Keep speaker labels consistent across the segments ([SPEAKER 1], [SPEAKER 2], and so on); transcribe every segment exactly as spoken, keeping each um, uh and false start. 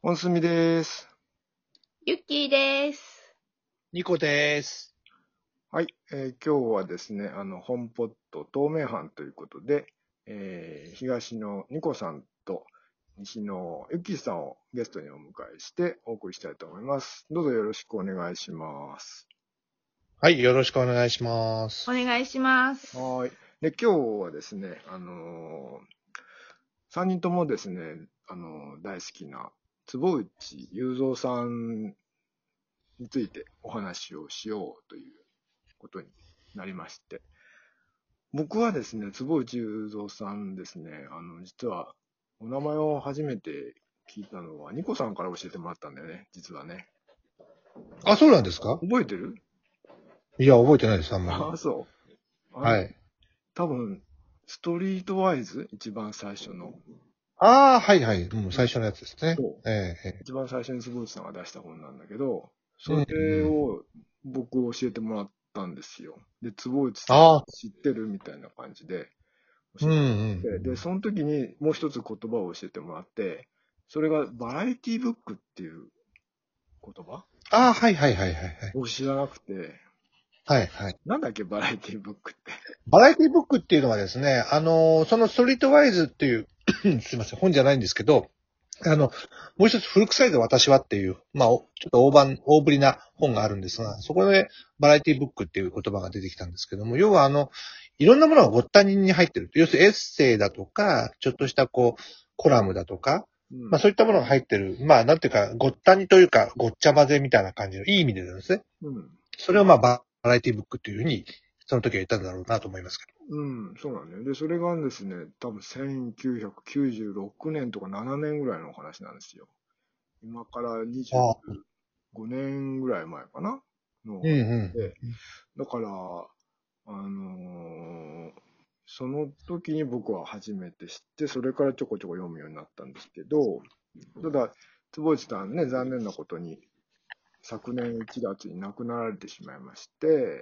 [SPEAKER 1] 本住です。
[SPEAKER 2] ゆっきーです。
[SPEAKER 3] ニコです。
[SPEAKER 1] はい、えー今日はですね、あの、本ポット透明版ということで、えー東のニコさんと西のゆっきーさんをゲストにお迎えしてお送りしたいと思います。どうぞよろしくお願いします。
[SPEAKER 3] はい、よろしくお願いします。
[SPEAKER 2] お願いします。
[SPEAKER 1] はい。で、今日はですね、あのー、さんにんともですね、あのー大好きな坪内雄三さんについてお話をしようということになりまして、僕はですね、坪内雄三さんですね、あの、実は、お名前を初めて聞いたのは、ニコさんから教えてもらったんだよね、実はね。
[SPEAKER 3] あ、そうなんですか？
[SPEAKER 1] 覚えてる？
[SPEAKER 3] いや、覚えてないです、あんまり。
[SPEAKER 1] ああ、そう。あれ、
[SPEAKER 3] はい。
[SPEAKER 1] 多分、ストリートワイズ一番最初の。
[SPEAKER 3] ああ、はいはい。もう最初のやつですね。
[SPEAKER 1] そう。
[SPEAKER 3] えええ
[SPEAKER 1] 一番最初に坪内さんが出した本なんだけど、そ
[SPEAKER 3] え。
[SPEAKER 1] れ
[SPEAKER 3] うんうん。
[SPEAKER 1] を僕教えてもらったんですよ。で、坪内さん
[SPEAKER 3] ああ、
[SPEAKER 1] 知ってるみたいな感じで教
[SPEAKER 3] うんう
[SPEAKER 1] えても
[SPEAKER 3] ん
[SPEAKER 1] らって、で、その時にもう一つ言葉を教えてもらって、それがバラエティブックっていう言葉
[SPEAKER 3] ああ、はいはいはいはいはい。
[SPEAKER 1] を知らなくて、
[SPEAKER 3] はいはい。
[SPEAKER 1] なんだっけ、バラエティブックって。
[SPEAKER 3] バラエティブックっていうのはですね、あの、そのストリートワイズっていう、すいません、本じゃないんですけど、あの、もう一つ古臭いぞ私はっていう、まあ、おちょっと大盤、大ぶりな本があるんですが、そこでバラエティブックっていう言葉が出てきたんですけども、要はあの、いろんなものがごったにに入ってる。要するにエッセイだとか、ちょっとしたこう、コラムだとか、
[SPEAKER 1] うん。
[SPEAKER 3] まあそういったものが入ってる。まあなんていうか、ごったにというか、ごっちゃ混ぜみたいな感じの、いい意味でですね。
[SPEAKER 1] うん。
[SPEAKER 3] それをまあバラエティブックっていうふうに、その時は言ったんだろうなと思いますけ
[SPEAKER 1] うん、そうなんだよ。で、それがですね、多分せんきゅうひゃくきゅうじゅうろくねんとかななねんぐらいのお話なんですよ。今から25
[SPEAKER 3] ど。ああ。
[SPEAKER 1] 年ぐらい前かなのお
[SPEAKER 3] うんう
[SPEAKER 1] 話
[SPEAKER 3] ん。
[SPEAKER 1] で、だから、あのーその時に僕は初めて知って、それからちょこちょこ読むようになったんですけど、ただ、坪内さんね、残念なことに、昨年いちがつに亡くなられてしまいまして、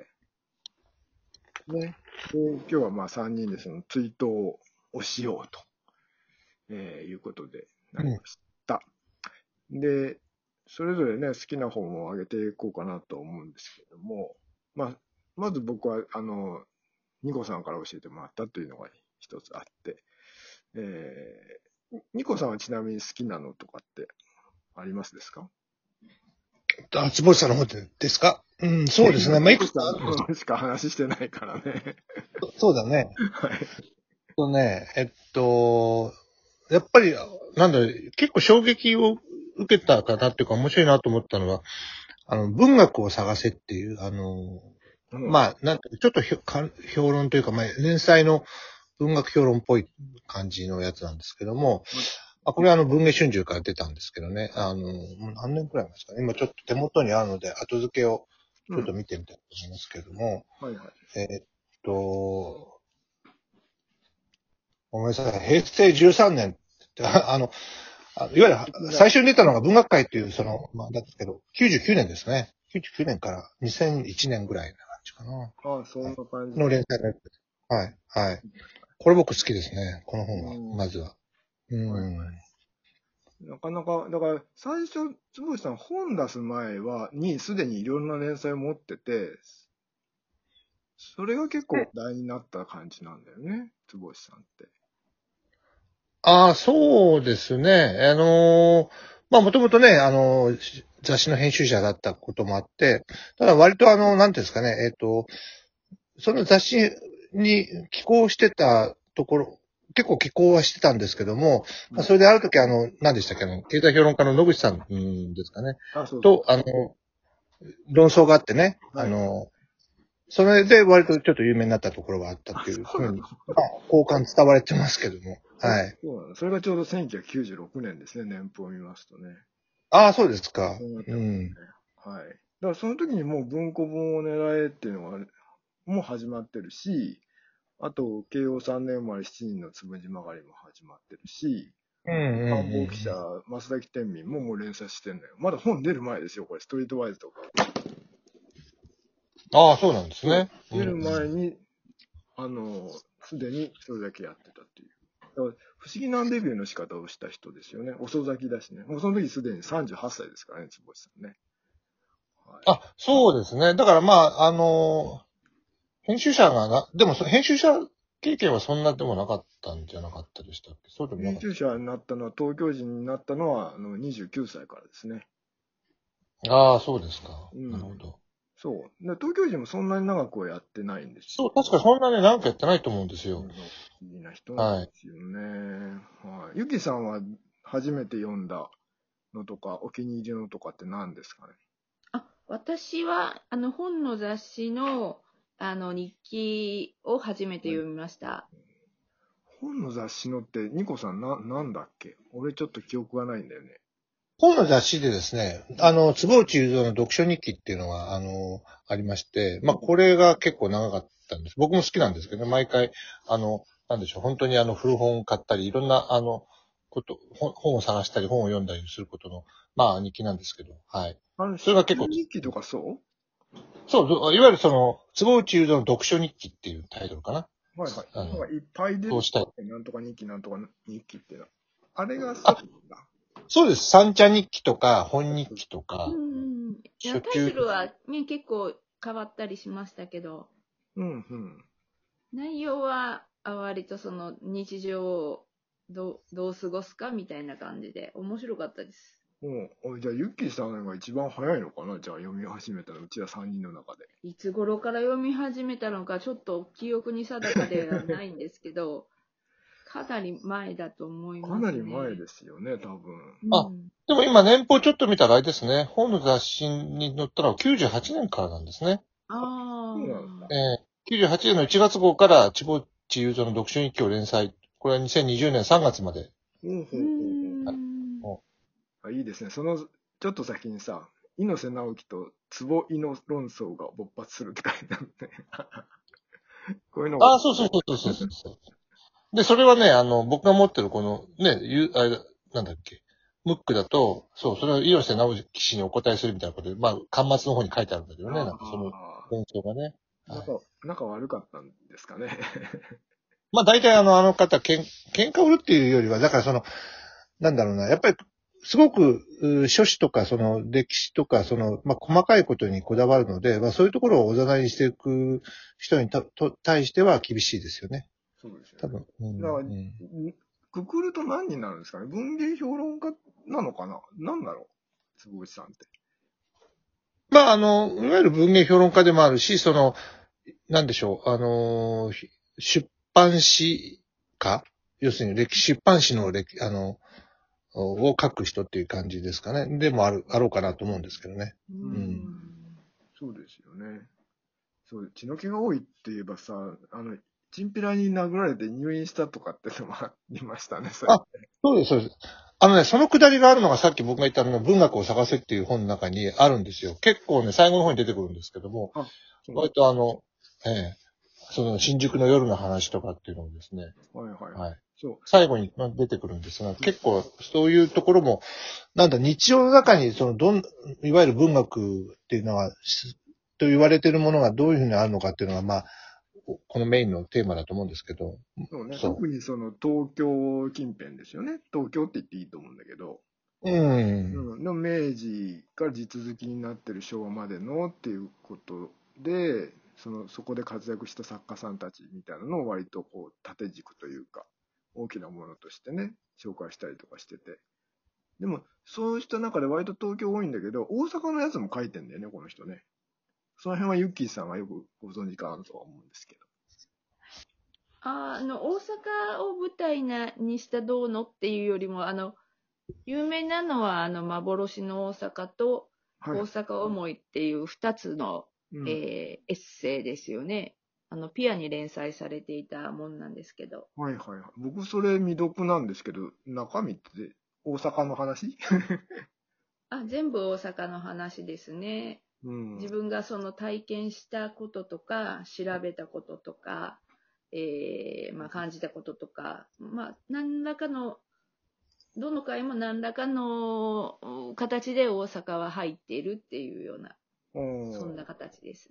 [SPEAKER 1] ね、で、今日はまあさんにんでその追悼をしようと、えーいうことでなりました。で、それぞれね、好きな本をあげていこうかなと思うんですけども、まあ、まず僕は、あの、ニコさんから教えてもらったというのが一つあって、えー、ニコさんはちなみに好きなのとかってありますですか？
[SPEAKER 3] あ、坪内さんの方でですか？うん、そうですね。まあ、いくつか
[SPEAKER 1] ニコさん
[SPEAKER 3] あるんです。
[SPEAKER 1] のしか話してないからね。
[SPEAKER 3] そうだね。
[SPEAKER 1] はい。
[SPEAKER 3] とね、えっと、やっぱり、なんだろう、結構衝撃を受けたかなっていうか面白いなと思ったのは、あの、文学を探せっていう、あの、
[SPEAKER 1] うん。
[SPEAKER 3] まあ、なんてちょっとひょか評論というか、まあ、連載の文学評論っぽい感じのやつなんですけども、まあ、これはあの、文藝春秋から出たんですけどね、あの、もう何年くらい前ですかね。今ちょっと手元にあるので、後付けをちょっと見てみたいと思いますけれども、
[SPEAKER 1] はいはい。
[SPEAKER 3] えーっと、ごめんなさい、平成じゅうさんねんって、あの、あのいわゆる最初に出たのが文学界っていう、その、まあ、だったけど、きゅうじゅうきゅうねんですね。きゅうじゅうきゅうねんからにせんいちねんぐらいな感じかな。
[SPEAKER 1] ああ、そんな感じ
[SPEAKER 3] の
[SPEAKER 1] で。
[SPEAKER 3] 連載のやつです。はい、はい。これ僕好きですね、この本は、
[SPEAKER 1] うん。
[SPEAKER 3] まずは。う
[SPEAKER 1] はい。
[SPEAKER 3] ん。
[SPEAKER 1] なかなか、だから最初、坪内さん本出す前は、にすでにいろんな連載を持ってて、それが結構話題になった感じなんだよね、坪内さんって。
[SPEAKER 3] ああ、そうですね。あのーまあ、もともとね、あのー雑誌の編集者だったこともあって、ただ割とあの、なんていうんですかね、えっと、その雑誌に寄稿してたところ、結構寄稿はしてたんですけども、まあ、それである時あの、何でしたっけ、あの、経済評論家の野口さんうんですかね、
[SPEAKER 1] あ、そうそ
[SPEAKER 3] と、あの、論争があってね、
[SPEAKER 1] う。はい。
[SPEAKER 3] あの、それで割とちょっと有名になったところがあったっ
[SPEAKER 1] あ、
[SPEAKER 3] ていう
[SPEAKER 1] そうなの？
[SPEAKER 3] ふうに、まあ、交換伝われてますけども、
[SPEAKER 1] え、
[SPEAKER 3] はい。
[SPEAKER 1] そうなの？それがちょうどせんきゅうひゃくきゅうじゅうろくねんですね、年譜を見ますとね。
[SPEAKER 3] ああ、そうですか。
[SPEAKER 1] そうなってますね。
[SPEAKER 3] うん。
[SPEAKER 1] はい。だからその時にもう文庫本を狙えっていうのが、もう始まってるし、あと、慶応さんねん生まれしちにんのつむじ曲がりも始まってるし、
[SPEAKER 3] うんうん
[SPEAKER 1] 官
[SPEAKER 3] うんうん。
[SPEAKER 1] 房記者、増崎天民ももう連載してんだよ。まだ本出る前ですよ、これ、ストリートワイズとか。
[SPEAKER 3] ああ、そうなんです
[SPEAKER 1] そう。
[SPEAKER 3] ね。うん
[SPEAKER 1] 出る
[SPEAKER 3] うん。
[SPEAKER 1] 前に、あの、すでにそれだけやってたっていう。 不思議なデビューの仕方をした人ですよね。遅咲きだしね。もうその時すでにさんじゅうはっさいですからね、坪内さんね。はい、
[SPEAKER 3] あ、そうですね。だからまあ、あのー編集者がな、でもそ編集者経験はそんなでもなかったんじゃなかったでしたっけ？そうでもなかった。
[SPEAKER 1] 編集者になったのは、東京人になったのはあのにじゅうきゅうさいからですね。
[SPEAKER 3] ああ、そうですか。
[SPEAKER 1] うん、
[SPEAKER 3] なるほど。
[SPEAKER 1] そう。で東京人もそんなに長くはやってないんですよ。
[SPEAKER 3] そう、確かそんなね、長くやってないと思うんですよ。
[SPEAKER 1] 不思議な人なんですよね。はい。ゆきさんは初めて読んだのとか、お気に入りのとかって何ですかね？
[SPEAKER 2] あ、私は、あの、本の雑誌の、あの、日記を初めて読みました。
[SPEAKER 1] 本の雑誌のって、ニコさんな、なんだっけ？俺ちょっと記憶がないんだよね。
[SPEAKER 3] 本の雑誌でですね、あの、坪内雄三の読書日記っていうのが、あの、ありまして、まあ、これが結構長かったんです。僕も好きなんですけどね、毎回、あの、なんでしょう、本当にあの、古本を買ったり、いろんな、あの、こと、本本を探したり、本を読んだりすることの、まあ、日記なんですけど、はい。
[SPEAKER 1] あの、
[SPEAKER 3] それが結構、
[SPEAKER 1] 日記とかそう
[SPEAKER 3] そう、いわゆるその、坪内雄三の読書日記っていうタイトルかな。
[SPEAKER 1] はいはい。
[SPEAKER 3] あの
[SPEAKER 1] なんかいっぱい出る
[SPEAKER 3] そうしたい。
[SPEAKER 1] なんとか日記なんとか日記っていうのは。あれがそうだ。
[SPEAKER 3] そうです。三茶日記とか、本日記と
[SPEAKER 2] う
[SPEAKER 3] か、
[SPEAKER 2] ん。いや、タイ
[SPEAKER 3] 初級
[SPEAKER 2] トルはね、結構変わったりしましたけど、
[SPEAKER 1] うんうん。
[SPEAKER 2] 内容は、あ割とその日常をどう、どう過ごすかみたいな感じで、面白かったです。
[SPEAKER 1] うん。じゃあ、ユッキーさんが一番早いのかな？じゃあ、読み始めたの、うちらさんにんの中で。
[SPEAKER 2] いつ頃から読み始めたのか、ちょっと記憶に定かではないんですけど、かなり前だと思い
[SPEAKER 1] か
[SPEAKER 2] ますね。
[SPEAKER 1] なり前ですよね、多分。
[SPEAKER 3] あ、でも今年俸ちょっと見たらあれですね。本の雑誌に載ったのはきゅうじゅうはちねんからなんですね。
[SPEAKER 2] あ
[SPEAKER 1] そうなんだ
[SPEAKER 2] あ。
[SPEAKER 3] えー、きゅうじゅうはちねんのいちがつ号から坪内雄三の読書日記を連載。これはにせんにじゅうねんさんがつまで。
[SPEAKER 1] ほうほう
[SPEAKER 2] う
[SPEAKER 1] ほう
[SPEAKER 2] ーん。
[SPEAKER 3] も
[SPEAKER 1] ほう。あ、いいですね。その、ちょっと先にさ、猪瀬直樹と坪井の論争が勃発するって書いてあるね。こういうのが。
[SPEAKER 3] ああ、そうそうそうそうそうそう。で、それはね、あの、僕が持ってるこの、ね、ゆあれだ、なんだっけ。ムックだと、そう、それを猪瀬直樹氏にお答えするみたいなことで、まあ、端末の方に書いてあるんだけどね、なんかその、
[SPEAKER 1] あ
[SPEAKER 3] 論争がね。
[SPEAKER 1] あ、
[SPEAKER 3] はい。
[SPEAKER 1] 仲、仲悪かったんですかね。
[SPEAKER 3] まあ、大体あの、あの方、けん、喧嘩売るっていうよりは、だからその、なんだろうな、やっぱり、すごく、う書士とか、その、歴史とか、その、まあ、細かいことにこだわるので、まあ、そういうところをおざなりにしていく人にた、と、対しては厳しいですよね。
[SPEAKER 1] そうですよね。
[SPEAKER 3] 多分。うん。
[SPEAKER 1] だから、
[SPEAKER 3] うん
[SPEAKER 1] くくると何になるんですかね？文芸評論家なのかな？何だろう？坪内さんって。
[SPEAKER 3] まあ、あの、いわゆる文芸評論家でもあるし、その、なんでしょう、あの、ひ出版史家要するに歴出版史の歴、あの、を書く人っていう感じですかね。でもある、あろうかなと思うんですけどね。
[SPEAKER 2] う
[SPEAKER 3] うん
[SPEAKER 2] ん。
[SPEAKER 1] そうですよね。そう、血の気が多いって言えばさ、あの、チンピラに殴られて入院したとかってのもありましたね、それ。
[SPEAKER 3] あ、そうです、そうです。あのね、そのくだりがあるのがさっき僕が言ったの文学を探せっていう本の中にあるんですよ。結構ね、最後の方に出てくるんですけども、
[SPEAKER 1] あ、そう。
[SPEAKER 3] 割とあの、ええ、その新宿の夜の話とかっていうのをですね、
[SPEAKER 1] はいはい。
[SPEAKER 3] はい。
[SPEAKER 1] そう。
[SPEAKER 3] 最後に出てくるんですが、結構そういうところも、なんだ、日常の中に、その、どん、いわゆる文学っていうのは、しと言われているものがどういうふうにあるのかっていうのが、まあ、このメインのテーマだと思うんですけど、
[SPEAKER 1] そうね。
[SPEAKER 3] そ
[SPEAKER 1] 特にその東京近辺ですよね。東京って言っていいと思うんだけど。
[SPEAKER 3] う。うん。
[SPEAKER 1] うん。の明治から地続きになってる昭和までのっていうことで、その、そこで活躍した作家さんたちみたいなのを割とこう、縦軸というか、大きなものとしてね、紹介したりとかしてて。でも、そうした中で割と東京多いんだけど、大阪のやつも書いてんだよね、この人ね。その辺はユッキーさんはよくご存知かなとは思うんですけど。
[SPEAKER 2] ああの、大阪を舞台なにしたどうのっていうよりも、あの、有名なのは、あの、幻の大阪と、
[SPEAKER 1] はい。
[SPEAKER 2] 大阪思いっていう二つの、
[SPEAKER 1] うん。
[SPEAKER 2] えーエッセイですよね。あの、ピアに連載されていたもんなんですけど。
[SPEAKER 1] はいはいはい。僕それ未読なんですけど、中身って大阪の話
[SPEAKER 2] あ、全部大阪の話ですね。
[SPEAKER 1] うん。
[SPEAKER 2] 自分がその体験したこととか、調べたこととか、えーまあ、感じたこととか、まあ、何らかの、どの回も何らかのうん形で大阪は入っているっていうような、
[SPEAKER 1] うん
[SPEAKER 2] そんな形ですね。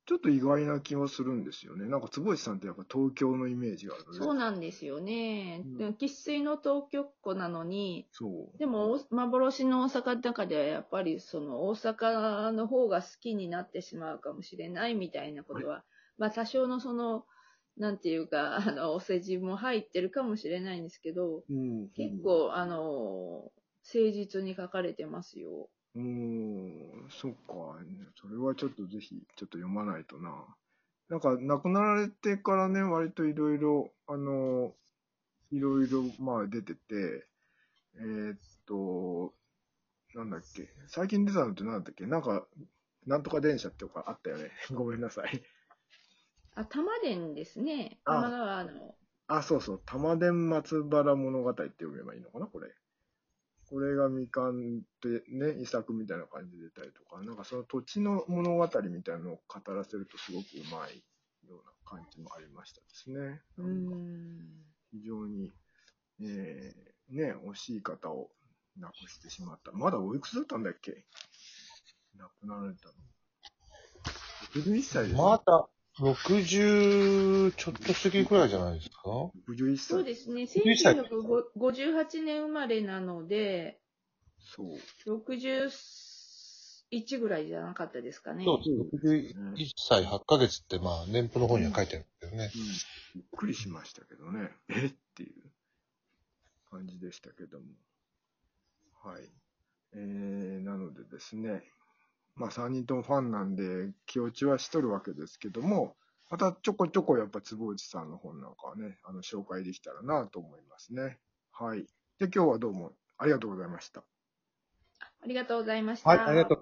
[SPEAKER 1] ちょっと意外な気はするんですよね。なんか坪内さんってやっぱ東京のイメージがあるね。
[SPEAKER 2] そうなんですよね。
[SPEAKER 1] うん
[SPEAKER 2] 生粋の東京っ子なのに、
[SPEAKER 1] そう。
[SPEAKER 2] でもお幻の大阪の中ではやっぱりその大阪の方が好きになってしまうかもしれないみたいなことは、まあ多少のその、なんていうか、あの、お世辞も入ってるかもしれないんですけど、
[SPEAKER 1] うん、
[SPEAKER 2] 結構、あの、誠実に書かれてますよ。
[SPEAKER 1] うーん、そっか。それはちょっとぜひ、ちょっと読まないとな。なんか、亡くなられてからね、割といろいろ、あの、いろいろ、まあ出てて、えーっと、なんだっけ。最近出たのってなんだっけ。なんか、なんとか電車っていうかあったよね。ごめんなさい。
[SPEAKER 2] あ、玉電ですね。
[SPEAKER 1] あ
[SPEAKER 2] 玉川の。
[SPEAKER 1] あ、そうそう。玉電松原物語って読めばいいのかな、これ。これが未完でね、遺作みたいな感じで出たりとか、なんかその土地の物語みたいなのを語らせるとすごくうまいような感じもありましたですね。
[SPEAKER 2] うー
[SPEAKER 1] なんか
[SPEAKER 2] ん。
[SPEAKER 1] 非常に、えー、ね、惜しい方を亡くしてしまった。まだおいくつだったんだっけ、亡くなられたの。ろくじゅういっさいです
[SPEAKER 3] まだ、ろくじゅうちょっと過ぎくらいじゃないですか？
[SPEAKER 1] ろくじゅういっさい。
[SPEAKER 2] そうですね。
[SPEAKER 3] ろくじゅういっさい
[SPEAKER 2] せんきゅうひゃくごじゅうはちねん生まれなので、
[SPEAKER 1] そう。
[SPEAKER 2] ろくじゅういちぐらいじゃなかったですかね。
[SPEAKER 3] そうです。ろくじゅういっさいはちかげつって、まあ、年譜の方には書いてあるんですけどね。
[SPEAKER 1] うん、びっくりしましたけどね。えっていう感じでしたけども。はい。えー、なのでですね、まあさんにんともファンなんで気落ちはしとるわけですけども、またちょこちょこやっぱ坪内さんの本なんかはね、あの紹介できたらなと思いますね。はい。で、今日はどうもありがとうございました。
[SPEAKER 2] ありがとうございました。
[SPEAKER 3] はい、ありがとう。